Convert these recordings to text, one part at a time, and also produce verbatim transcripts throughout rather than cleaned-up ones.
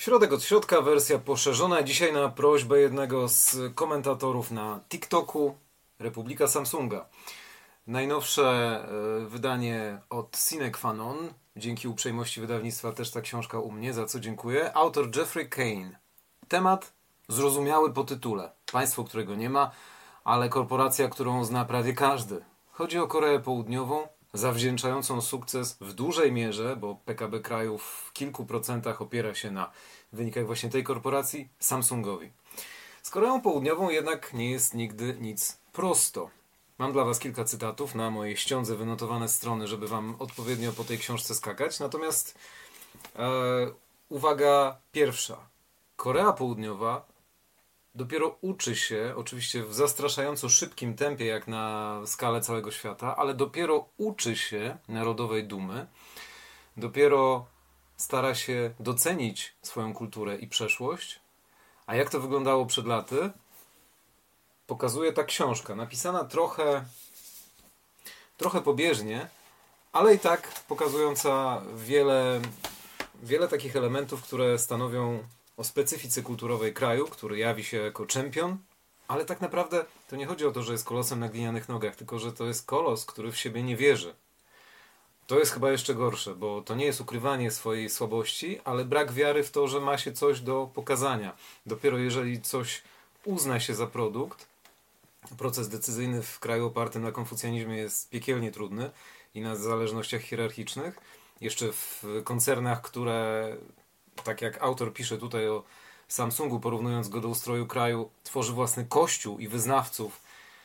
Środek od środka, wersja poszerzona. Dzisiaj na prośbę jednego z komentatorów na TikToku, Republika Samsunga. Najnowsze y, wydanie od Sine Qua Non. Dzięki uprzejmości wydawnictwa też ta książka u mnie, za co dziękuję. Autor Jeffrey Kane. Temat zrozumiały po tytule. Państwo, którego nie ma, ale korporacja, którą zna prawie każdy. Chodzi o Koreę Południową, zawdzięczającą sukces w dużej mierze, bo P K B kraju w kilku procentach opiera się na wynikach właśnie tej korporacji, Samsungowi. Z Koreą Południową jednak nie jest nigdy nic prosto. Mam dla Was kilka cytatów na mojej ściądze wynotowane strony, żeby Wam odpowiednio po tej książce skakać. Natomiast e, uwaga pierwsza. Korea Południowa dopiero uczy się, oczywiście w zastraszająco szybkim tempie, jak na skalę całego świata, ale dopiero uczy się narodowej dumy, dopiero stara się docenić swoją kulturę i przeszłość. A jak to wyglądało przed laty, pokazuje ta książka, napisana trochę, trochę pobieżnie, ale i tak pokazująca wiele, wiele takich elementów, które stanowią o specyfice kulturowej kraju, który jawi się jako czempion, ale tak naprawdę to nie chodzi o to, że jest kolosem na glinianych nogach, tylko że to jest kolos, który w siebie nie wierzy. To jest chyba jeszcze gorsze, bo to nie jest ukrywanie swojej słabości, ale brak wiary w to, że ma się coś do pokazania. Dopiero jeżeli coś uzna się za produkt, proces decyzyjny w kraju opartym na konfucjanizmie jest piekielnie trudny i na zależnościach hierarchicznych. Jeszcze w koncernach, które, tak jak autor pisze tutaj o Samsungu, porównując go do ustroju kraju, tworzy własny kościół i wyznawców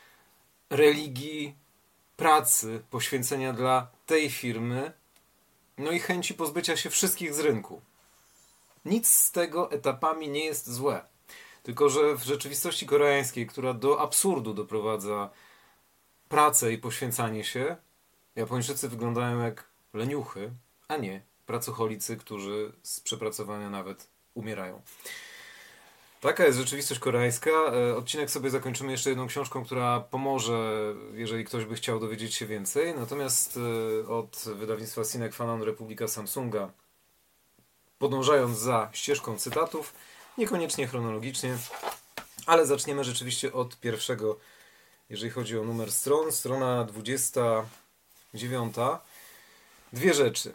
religii, pracy, poświęcenia dla tej firmy, no i chęci pozbycia się wszystkich z rynku. Nic z tego etapami nie jest złe. Tylko że w rzeczywistości koreańskiej, która do absurdu doprowadza pracę i poświęcanie się, Japończycy wyglądają jak leniuchy, a nie pracocholicy, którzy z przepracowania nawet umierają. Taka jest rzeczywistość koreańska. Odcinek sobie zakończymy jeszcze jedną książką, która pomoże, jeżeli ktoś by chciał dowiedzieć się więcej. Natomiast od wydawnictwa Sine Qua Non Republika Samsunga, podążając za ścieżką cytatów, niekoniecznie chronologicznie, ale zaczniemy rzeczywiście od pierwszego, jeżeli chodzi o numer stron. Strona dwudziesta dziewiąta. Dwie rzeczy.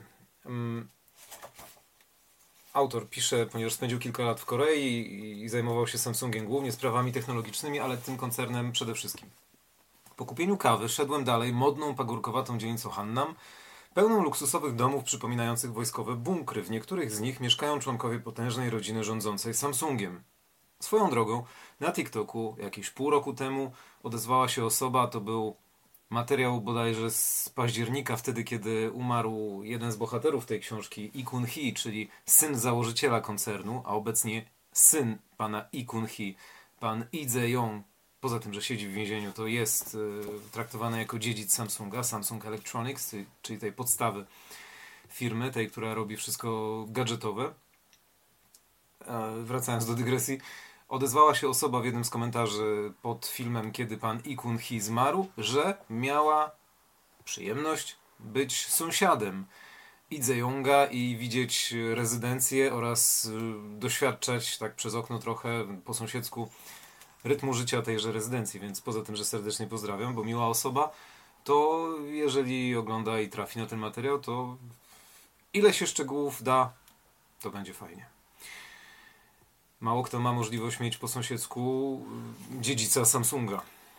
Autor pisze, ponieważ spędził kilka lat w Korei i zajmował się Samsungiem głównie sprawami technologicznymi, ale tym koncernem przede wszystkim. Po kupieniu kawy szedłem dalej modną, pagórkowatą dzielnicą Hannam, pełną luksusowych domów przypominających wojskowe bunkry. W niektórych z nich mieszkają członkowie potężnej rodziny rządzącej Samsungiem. Swoją drogą, na TikToku jakieś pół roku temu odezwała się osoba, to był materiał bodajże z października, wtedy kiedy umarł jeden z bohaterów tej książki, Lee Kun-hee, czyli syn założyciela koncernu, a obecnie syn pana Lee Kun-hee, pan Lee Jae-yong. Poza tym, że siedzi w więzieniu, to jest y, traktowany jako dziedzic Samsunga, Samsung Electronics, czyli tej podstawy firmy, tej, która robi wszystko gadżetowe. E, wracając do dygresji, odezwała się osoba w jednym z komentarzy pod filmem, kiedy pan Lee Kun-hee zmarł, że miała przyjemność być sąsiadem Lee Jae-yonga i widzieć rezydencję oraz y, doświadczać tak przez okno trochę po sąsiedzku rytmu życia tejże rezydencji, więc poza tym, że serdecznie pozdrawiam, bo miła osoba, to jeżeli ogląda i trafi na ten materiał, to ile się szczegółów da, to będzie fajnie. Mało kto ma możliwość mieć po sąsiedzku dziedzica Samsunga.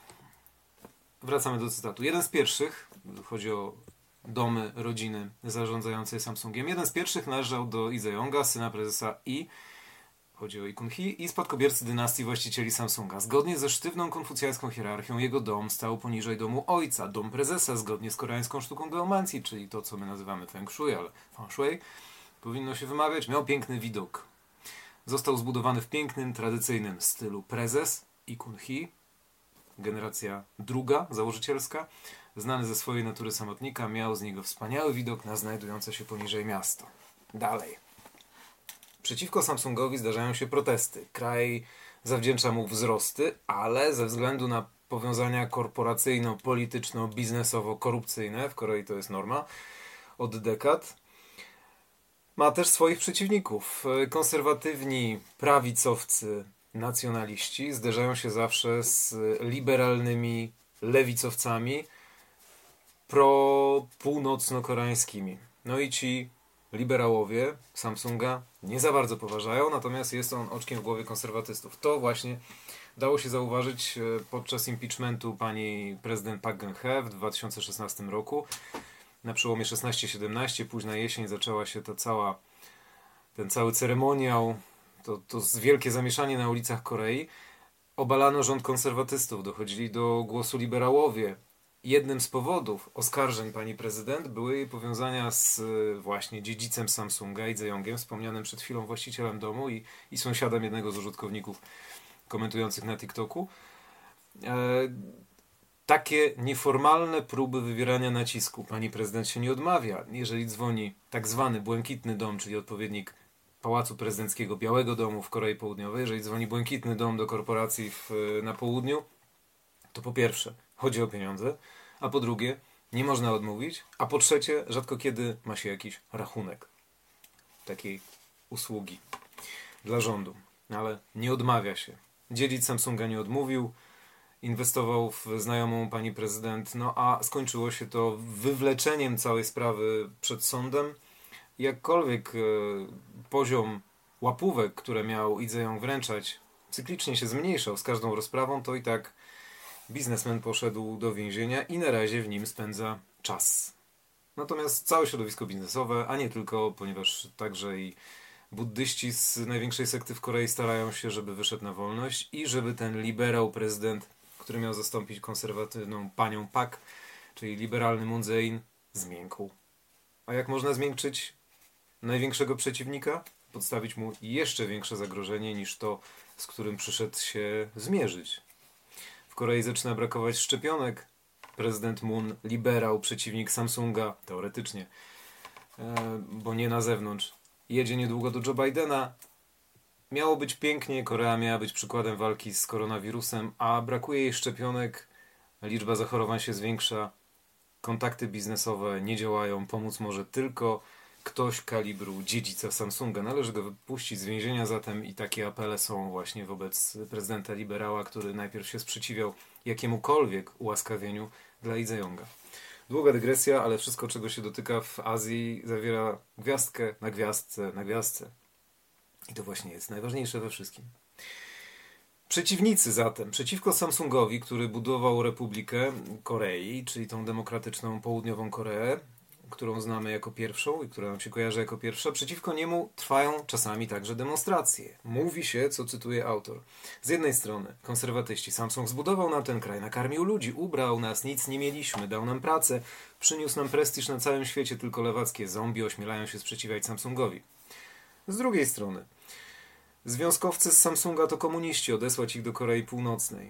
Wracamy do cytatu. Jeden z pierwszych, chodzi o domy rodziny zarządzającej Samsungiem, jeden z pierwszych należał do Lee Jae-yonga, syna prezesa I, chodzi o Lee Kun-hee, i spadkobiercy dynastii właścicieli Samsunga. Zgodnie ze sztywną konfucjańską hierarchią jego dom stał poniżej domu ojca. Dom prezesa, zgodnie z koreańską sztuką geomancji, czyli to, co my nazywamy feng shui, ale feng shui, powinno się wymawiać, miał piękny widok. Został zbudowany w pięknym, tradycyjnym stylu. Prezes Lee Kun-hee, generacja druga, założycielska, znany ze swojej natury samotnika, miał z niego wspaniały widok na znajdujące się poniżej miasto. Dalej. Przeciwko Samsungowi zdarzają się protesty. Kraj zawdzięcza mu wzrosty, ale ze względu na powiązania korporacyjno-polityczno-biznesowo-korupcyjne, w Korei to jest norma, od dekad, Ma też swoich przeciwników. Konserwatywni prawicowcy, nacjonaliści zderzają się zawsze z liberalnymi lewicowcami pro-północno-koreańskimi. No i ci liberałowie Samsunga nie za bardzo poważają, natomiast jest on oczkiem w głowie konserwatystów. To właśnie dało się zauważyć podczas impeachmentu pani prezydent Park Geun-hye w dwa tysiące szesnastym roku. Na przełomie szesnaście siedemnaście, późna jesień, zaczęła się ta cała, ten cały ceremoniał, to, to wielkie zamieszanie na ulicach Korei. Obalano rząd konserwatystów, dochodzili do głosu liberałowie. Jednym z powodów oskarżeń pani prezydent były jej powiązania z właśnie dziedzicem Samsunga, Lee Jae-yongiem, wspomnianym przed chwilą właścicielem domu i, i sąsiadem jednego z użytkowników komentujących na TikToku. E, takie nieformalne próby wywierania nacisku pani prezydent się nie odmawia. Jeżeli dzwoni tak zwany Błękitny Dom, czyli odpowiednik Pałacu Prezydenckiego Białego Domu w Korei Południowej, jeżeli dzwoni Błękitny Dom do korporacji w, na południu, to po pierwsze chodzi o pieniądze, a po drugie nie można odmówić, a po trzecie rzadko kiedy ma się jakiś rachunek takiej usługi dla rządu. Ale nie odmawia się. Dziedzic Samsunga nie odmówił, inwestował w znajomą pani prezydent, no a skończyło się to wywleczeniem całej sprawy przed sądem. Jakkolwiek e, poziom łapówek, które miał Lee Jae-yong wręczać, cyklicznie się zmniejszał z każdą rozprawą, to i tak biznesmen poszedł do więzienia i na razie w nim spędza czas. Natomiast całe środowisko biznesowe, a nie tylko, ponieważ także i buddyści z największej sekty w Korei starają się, żeby wyszedł na wolność i żeby ten liberał prezydent, który miał zastąpić konserwatywną panią Pak, czyli liberalny Moon Jae-in, zmiękł. A jak można zmiękczyć największego przeciwnika? Podstawić mu jeszcze większe zagrożenie niż to, z którym przyszedł się zmierzyć. W Korei zaczyna brakować szczepionek. Prezydent Moon, liberał, przeciwnik Samsunga, teoretycznie, bo nie na zewnątrz, jedzie niedługo do Joe Bidena. Miało być pięknie, Korea miała być przykładem walki z koronawirusem, a brakuje jej szczepionek, liczba zachorowań się zwiększa, kontakty biznesowe nie działają, pomóc może tylko ktoś kalibru dziedzica Samsunga. Należy go wypuścić z więzienia zatem i takie apele są właśnie wobec prezydenta liberała, który najpierw się sprzeciwiał jakiemukolwiek ułaskawieniu dla Lee Jae-yonga. Długa dygresja, ale wszystko, czego się dotyka w Azji, zawiera gwiazdkę na gwiazdce na gwiazdce. I to właśnie jest najważniejsze we wszystkim. Przeciwnicy zatem, przeciwko Samsungowi, który budował Republikę Korei, czyli tą demokratyczną południową Koreę, którą znamy jako pierwszą i która nam się kojarzy jako pierwsza, przeciwko niemu trwają czasami także demonstracje. Mówi się, co cytuje autor. Z jednej strony konserwatyści, Samsung zbudował nam ten kraj, nakarmił ludzi, ubrał nas, nic nie mieliśmy, dał nam pracę, przyniósł nam prestiż na całym świecie, tylko lewackie zombie ośmielają się sprzeciwiać Samsungowi. Z drugiej strony związkowcy z Samsunga to komuniści, odesłać ich do Korei Północnej.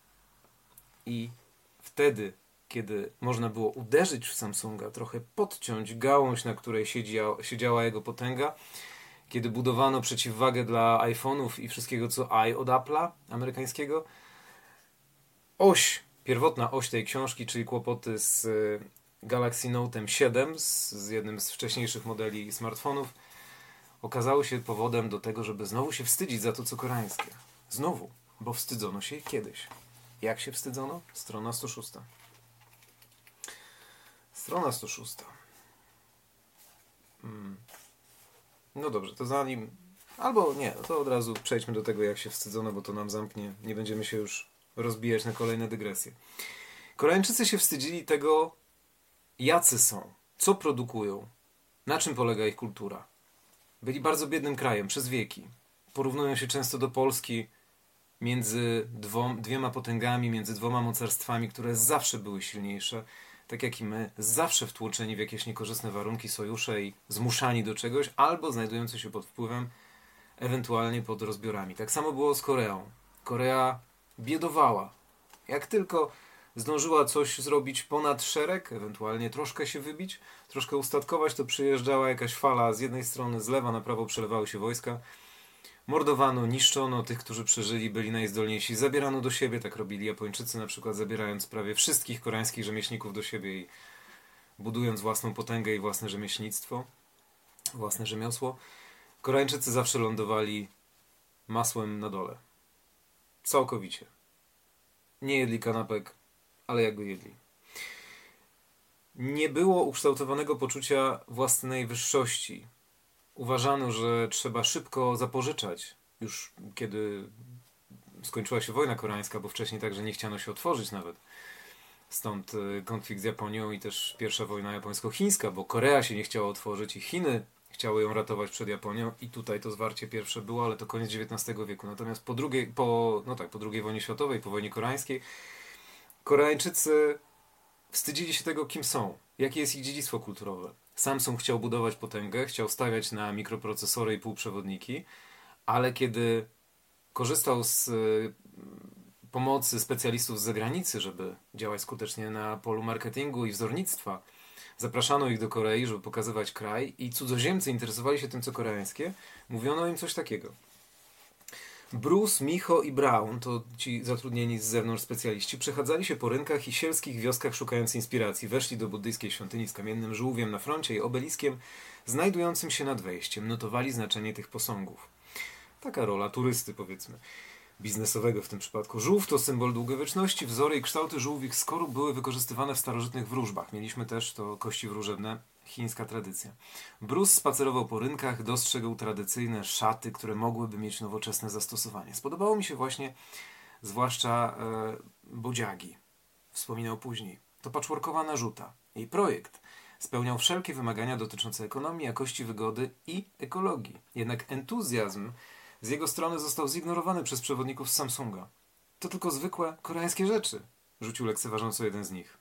I wtedy, kiedy można było uderzyć w Samsunga, trochę podciąć gałąź, na której siedziała, siedziała jego potęga, kiedy budowano przeciwwagę dla iPhone'ów i wszystkiego, co i od Apple'a amerykańskiego, oś, pierwotna oś tej książki, czyli kłopoty z Galaxy Note'em siedem, z, z jednym z wcześniejszych modeli smartfonów, okazały się powodem do tego, żeby znowu się wstydzić za to, co koreańskie. Znowu, bo wstydzono się kiedyś. Jak się wstydzono? Strona sto sześć. Strona sto sześć. Hmm. No dobrze, to zanim... Albo nie, to od razu przejdźmy do tego, jak się wstydzono, bo to nam zamknie. Nie będziemy się już rozbijać na kolejne dygresje. Koreańczycy się wstydzili tego, jacy są, co produkują, na czym polega ich kultura. Byli bardzo biednym krajem przez wieki. Porównują się często do Polski między dwoma, dwiema potęgami, między dwoma mocarstwami, które zawsze były silniejsze, tak jak i my, zawsze wtłoczeni w jakieś niekorzystne warunki, sojusze i zmuszani do czegoś, albo znajdujący się pod wpływem, ewentualnie pod rozbiorami. Tak samo było z Koreą. Korea biedowała. Jak tylko zdążyła coś zrobić ponad szereg, ewentualnie troszkę się wybić, troszkę ustatkować, to przyjeżdżała jakaś fala z jednej strony, z lewa na prawo przelewały się wojska. Mordowano, niszczono tych, którzy przeżyli, byli najzdolniejsi. Zabierano do siebie, tak robili Japończycy na przykład, zabierając prawie wszystkich koreańskich rzemieślników do siebie i budując własną potęgę i własne rzemieślnictwo. własne rzemiosło. Koreańczycy zawsze lądowali masłem na dole. Całkowicie. Nie jedli kanapek, ale jak go jedli. Nie było ukształtowanego poczucia własnej wyższości. Uważano, że trzeba szybko zapożyczać, już kiedy skończyła się wojna koreańska, bo wcześniej także nie chciano się otworzyć nawet. Stąd konflikt z Japonią i też pierwsza wojna japońsko-chińska, bo Korea się nie chciała otworzyć i Chiny chciały ją ratować przed Japonią i tutaj to zwarcie pierwsze było, ale to koniec dziewiętnastego wieku. Natomiast po drugiej, po, no tak, po drugiej wojnie światowej, po wojnie koreańskiej, Koreańczycy wstydzili się tego, kim są, jakie jest ich dziedzictwo kulturowe. Samsung chciał budować potęgę, chciał stawiać na mikroprocesory i półprzewodniki, ale kiedy korzystał z pomocy specjalistów z zagranicy, żeby działać skutecznie na polu marketingu i wzornictwa, zapraszano ich do Korei, żeby pokazywać kraj i cudzoziemcy interesowali się tym, co koreańskie, mówiono im coś takiego. Bruce, Micho i Brown, to ci zatrudnieni z zewnątrz specjaliści, przechadzali się po rynkach i sielskich wioskach szukając inspiracji. Weszli do buddyjskiej świątyni z kamiennym żółwiem na froncie i obeliskiem znajdującym się nad wejściem. Notowali znaczenie tych posągów. Taka rola turysty, powiedzmy, biznesowego w tym przypadku. Żółw to symbol długowieczności. Wzory i kształty żółwich skorup były wykorzystywane w starożytnych wróżbach. Mieliśmy też to kości wróżebne, chińska tradycja. Bruce spacerował po rynkach, dostrzegł tradycyjne szaty, które mogłyby mieć nowoczesne zastosowanie. Spodobało mi się właśnie zwłaszcza e, bodziagi. Wspominał później. To patchworkowa narzuta. Jej projekt spełniał wszelkie wymagania dotyczące ekonomii, jakości wygody i ekologii. Jednak entuzjazm z jego strony został zignorowany przez przewodników z Samsunga. To tylko zwykłe koreańskie rzeczy, rzucił lekceważąco jeden z nich.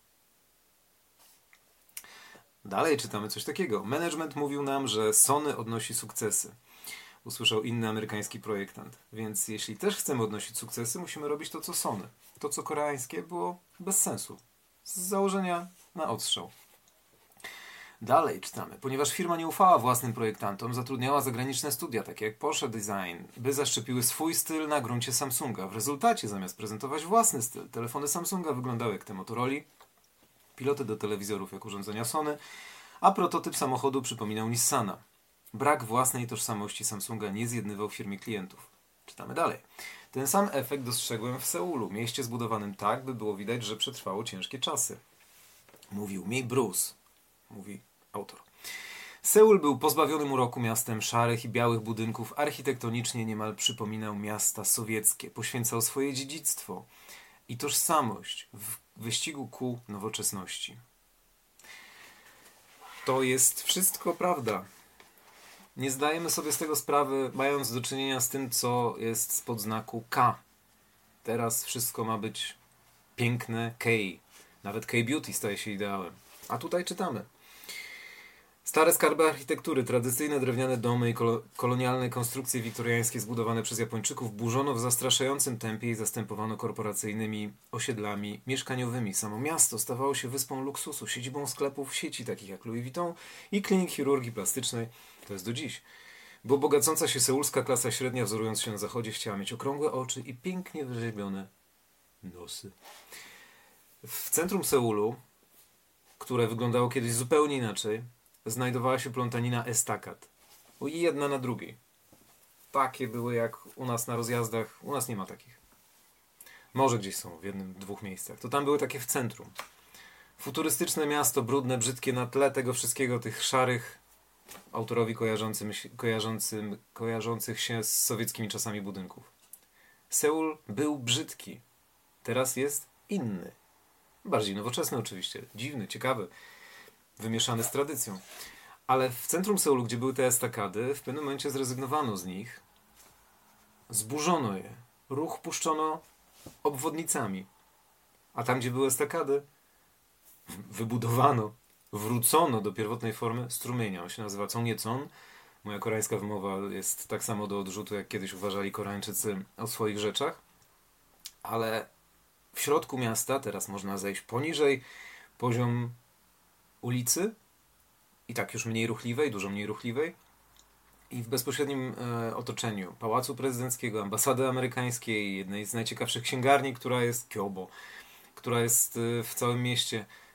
Dalej czytamy coś takiego. Management mówił nam, że Sony odnosi sukcesy. Usłyszał inny amerykański projektant. Więc jeśli też chcemy odnosić sukcesy, musimy robić to, co Sony. To, co koreańskie, było bez sensu. Z założenia na odstrzał. Dalej czytamy. Ponieważ firma nie ufała własnym projektantom, zatrudniała zagraniczne studia, takie jak Porsche Design, by zaszczepiły swój styl na gruncie Samsunga. W rezultacie, zamiast prezentować własny styl, telefony Samsunga wyglądały jak te Motorola, piloty do telewizorów jak urządzenia Sony, a prototyp samochodu przypominał Nissana. Brak własnej tożsamości Samsunga nie zjednywał w firmie klientów. Czytamy dalej. Ten sam efekt dostrzegłem w Seulu, mieście zbudowanym tak, by było widać, że przetrwało ciężkie czasy. Mówił mi Bruce. Mówi autor. Seul był pozbawionym uroku miastem szarych i białych budynków. Architektonicznie niemal przypominał miasta sowieckie. Poświęcał swoje dziedzictwo i tożsamość w wyścigu ku nowoczesności. To jest wszystko prawda. Nie zdajemy sobie z tego sprawy, mając do czynienia z tym, co jest spod znaku K. Teraz wszystko ma być piękne K. Nawet K-beauty staje się ideałem. A tutaj czytamy. Stare skarby architektury, tradycyjne drewniane domy i kolonialne konstrukcje wiktoriańskie zbudowane przez Japończyków burzono w zastraszającym tempie i zastępowano korporacyjnymi osiedlami mieszkaniowymi. Samo miasto stawało się wyspą luksusu, siedzibą sklepów sieci takich jak Louis Vuitton i klinik chirurgii plastycznej. To jest do dziś. Bo bogacąca się seulska klasa średnia, wzorując się na zachodzie, chciała mieć okrągłe oczy i pięknie wyrzeźbione nosy. W centrum Seulu, które wyglądało kiedyś zupełnie inaczej, znajdowała się plątanina estakad. I jedna na drugiej. Takie były jak u nas na rozjazdach. U nas nie ma takich. Może gdzieś są w jednym, dwóch miejscach. To tam były takie w centrum. Futurystyczne miasto, brudne, brzydkie na tle tego wszystkiego, tych szarych, autorowi kojarzącym, kojarzącym, kojarzących się z sowieckimi czasami budynków. Seul był brzydki. Teraz jest inny. Bardziej nowoczesny oczywiście. Dziwny, ciekawy. Wymieszany z tradycją. Ale w centrum Seulu, gdzie były te estakady, w pewnym momencie zrezygnowano z nich. Zburzono je. Ruch puszczono obwodnicami. A tam, gdzie były estakady, wybudowano, wrócono do pierwotnej formy strumienia. On się nazywa Congyecheon. Moja koreańska wymowa jest tak samo do odrzutu, jak kiedyś uważali Koreańczycy o swoich rzeczach. Ale w środku miasta, teraz można zejść poniżej, poziom ulicy i tak już mniej ruchliwej, dużo mniej ruchliwej i w bezpośrednim e, otoczeniu Pałacu Prezydenckiego, Ambasady Amerykańskiej, jednej z najciekawszych księgarni, która jest Kyobo, która jest e, w całym mieście.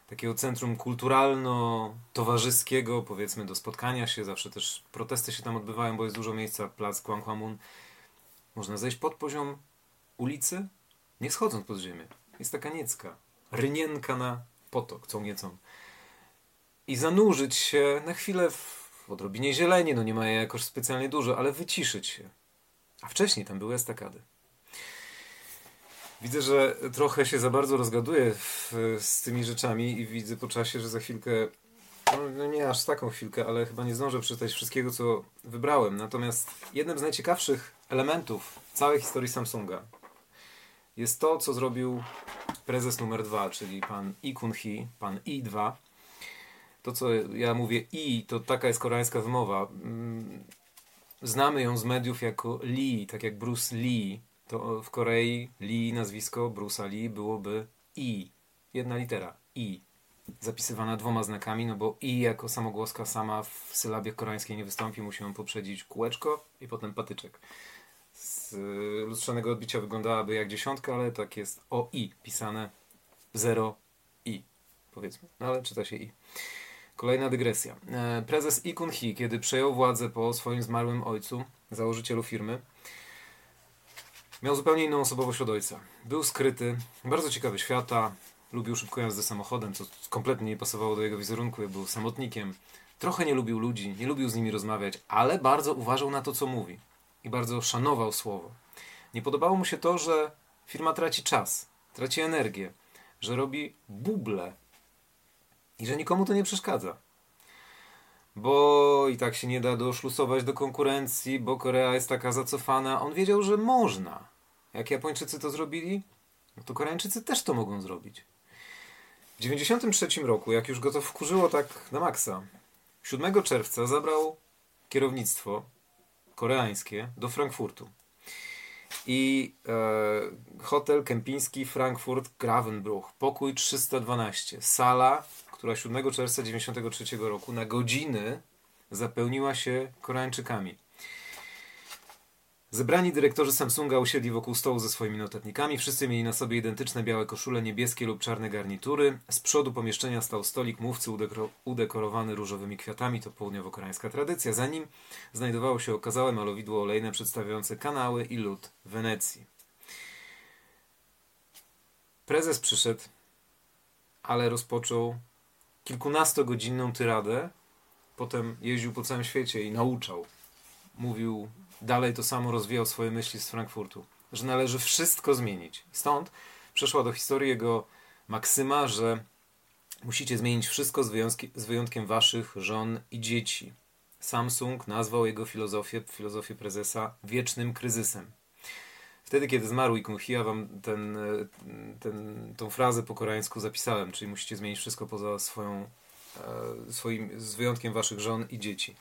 takiego centrum kulturalno-towarzyskiego, powiedzmy, do spotkania się. Zawsze też protesty się tam odbywają, bo jest dużo miejsca, plac Gwanghwamun. Można zejść pod poziom ulicy, nie schodząc pod ziemię. Jest taka niecka, rynienka na potok, co nieco. I zanurzyć się na chwilę w odrobinie zieleni, no nie ma jej jakoś specjalnie dużo, ale wyciszyć się. A wcześniej tam były estakady. Widzę, że trochę się za bardzo rozgaduję w, z tymi rzeczami i widzę po czasie, że za chwilkę, no, no nie aż taką chwilkę, ale chyba nie zdążę przeczytać wszystkiego, co wybrałem. Natomiast jednym z najciekawszych elementów całej historii Samsunga jest to, co zrobił prezes numer dwa, czyli pan Lee Kun-hee, pan I dwa. To, co ja mówię I, to taka jest koreańska wymowa. Znamy ją z mediów jako Lee, tak jak Bruce Lee. To w Korei Lee, nazwisko Bruce'a Lee byłoby I. Jedna litera. I. Zapisywana dwoma znakami, no bo I jako samogłoska sama w sylabie koreańskiej nie wystąpi. Musi ją poprzedzić kółeczko i potem patyczek. Z lustrzanego odbicia wyglądałaby jak dziesiątka, ale tak jest O I pisane zero I. Powiedzmy. No ale czyta się I. Kolejna dygresja. Prezes Lee Kun-hee, kiedy przejął władzę po swoim zmarłym ojcu, założycielu firmy, miał zupełnie inną osobowość od ojca. Był skryty, bardzo ciekawy świata, lubił szybką jazdę samochodem, co kompletnie nie pasowało do jego wizerunku, był samotnikiem. Trochę nie lubił ludzi, nie lubił z nimi rozmawiać, ale bardzo uważał na to, co mówi. I bardzo szanował słowo. Nie podobało mu się to, że firma traci czas, traci energię, że robi buble i że nikomu to nie przeszkadza. Bo i tak się nie da doszlusować do konkurencji, bo Korea jest taka zacofana. On wiedział, że można. Jak Japończycy to zrobili, no to Koreańczycy też to mogą zrobić. W dziewięćdziesiątym trzecim roku, jak już go to wkurzyło tak na maksa, siódmego czerwca zabrał kierownictwo koreańskie do Frankfurtu. I e, hotel kempingski Frankfurt Gravenbruch, pokój trzysta dwanaście, sala, która siódmego czerwca dziewięćdziesiątego trzeciego roku na godziny zapełniła się Koreańczykami. Zebrani dyrektorzy Samsunga usiedli wokół stołu ze swoimi notatnikami. Wszyscy mieli na sobie identyczne białe koszule, niebieskie lub czarne garnitury. Z przodu pomieszczenia stał stolik mówcy udekor- udekorowany różowymi kwiatami. To południowo-koreańska tradycja. Za nim znajdowało się okazałe malowidło olejne przedstawiające kanały i lód Wenecji. Prezes przyszedł, ale rozpoczął kilkunastogodzinną tyradę. Potem jeździł po całym świecie i nauczał. Mówił dalej to samo, rozwijał swoje myśli z Frankfurtu, że należy wszystko zmienić. Stąd przeszła do historii jego maksyma, że musicie zmienić wszystko z, wyjątki, z wyjątkiem waszych żon i dzieci. Samsung nazwał jego filozofię, filozofię prezesa, wiecznym kryzysem. Wtedy, kiedy zmarł Lee Kun-hee, ja wam ten, ten, tą frazę po koreańsku zapisałem, czyli musicie zmienić wszystko poza swoją, e, swoim, z wyjątkiem waszych żon i dzieci.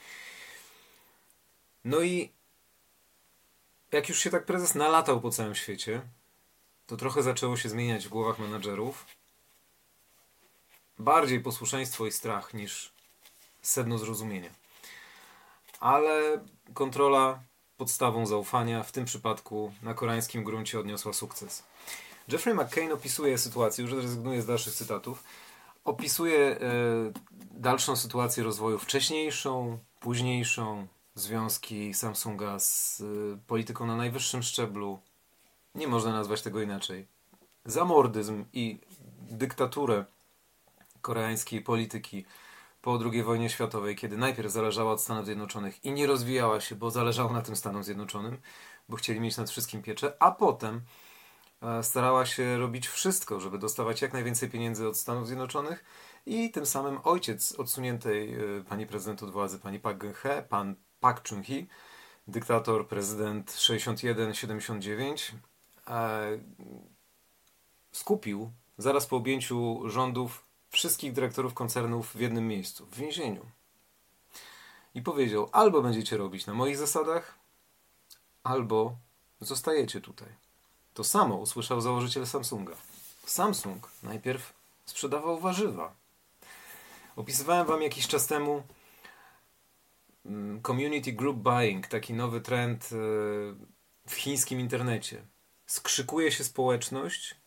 No i jak już się tak prezes nalatał po całym świecie, to trochę zaczęło się zmieniać w głowach menadżerów. Bardziej posłuszeństwo i strach niż sedno zrozumienia. Ale kontrola podstawą zaufania w tym przypadku na koreańskim gruncie odniosła sukces. Jeffrey McCain opisuje sytuację, już rezygnuję z dalszych cytatów, opisuje e, dalszą sytuację rozwoju wcześniejszą, późniejszą, związki Samsunga z y, polityką na najwyższym szczeblu. Nie można nazwać tego inaczej. Zamordyzm i dyktaturę koreańskiej polityki po drugiej wojnie światowej, kiedy najpierw zależała od Stanów Zjednoczonych i nie rozwijała się, bo zależało na tym Stanom Zjednoczonym, bo chcieli mieć nad wszystkim pieczę, a potem e, starała się robić wszystko, żeby dostawać jak najwięcej pieniędzy od Stanów Zjednoczonych i tym samym ojciec odsuniętej e, pani prezydent od władzy, pani Park Geun-hye, pan Park Chung-hee, dyktator, prezydent sześćdziesiąt jeden siedemdziesiąt dziewięć, e, skupił zaraz po objęciu rządów wszystkich dyrektorów koncernów w jednym miejscu, w więzieniu. I powiedział, albo będziecie robić na moich zasadach, albo zostajecie tutaj. To samo usłyszał założyciel Samsunga. Samsung najpierw sprzedawał warzywa. Opisywałem wam jakiś czas temu community group buying, taki nowy trend w chińskim internecie. Skrzykuje się społeczność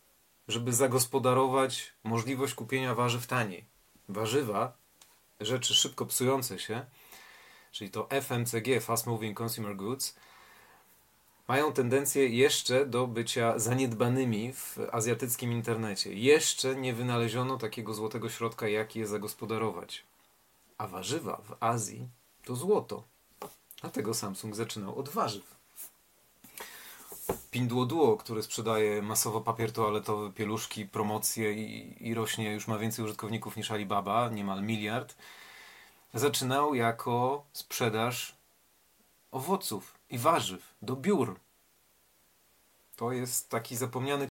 żeby zagospodarować możliwość kupienia warzyw taniej. Warzywa, rzeczy szybko psujące się, czyli to F M C G, Fast Moving Consumer Goods, mają tendencję jeszcze do bycia zaniedbanymi w azjatyckim internecie. Jeszcze nie wynaleziono takiego złotego środka, jak je zagospodarować. A warzywa w Azji to złoto. Dlatego Samsung zaczynał od warzyw. Pinduoduo, który sprzedaje masowo papier toaletowy, pieluszki, promocje i, i rośnie, już ma więcej użytkowników niż Alibaba, niemal miliard, zaczynał jako sprzedaż owoców i warzyw do biur. To jest taki zapomniany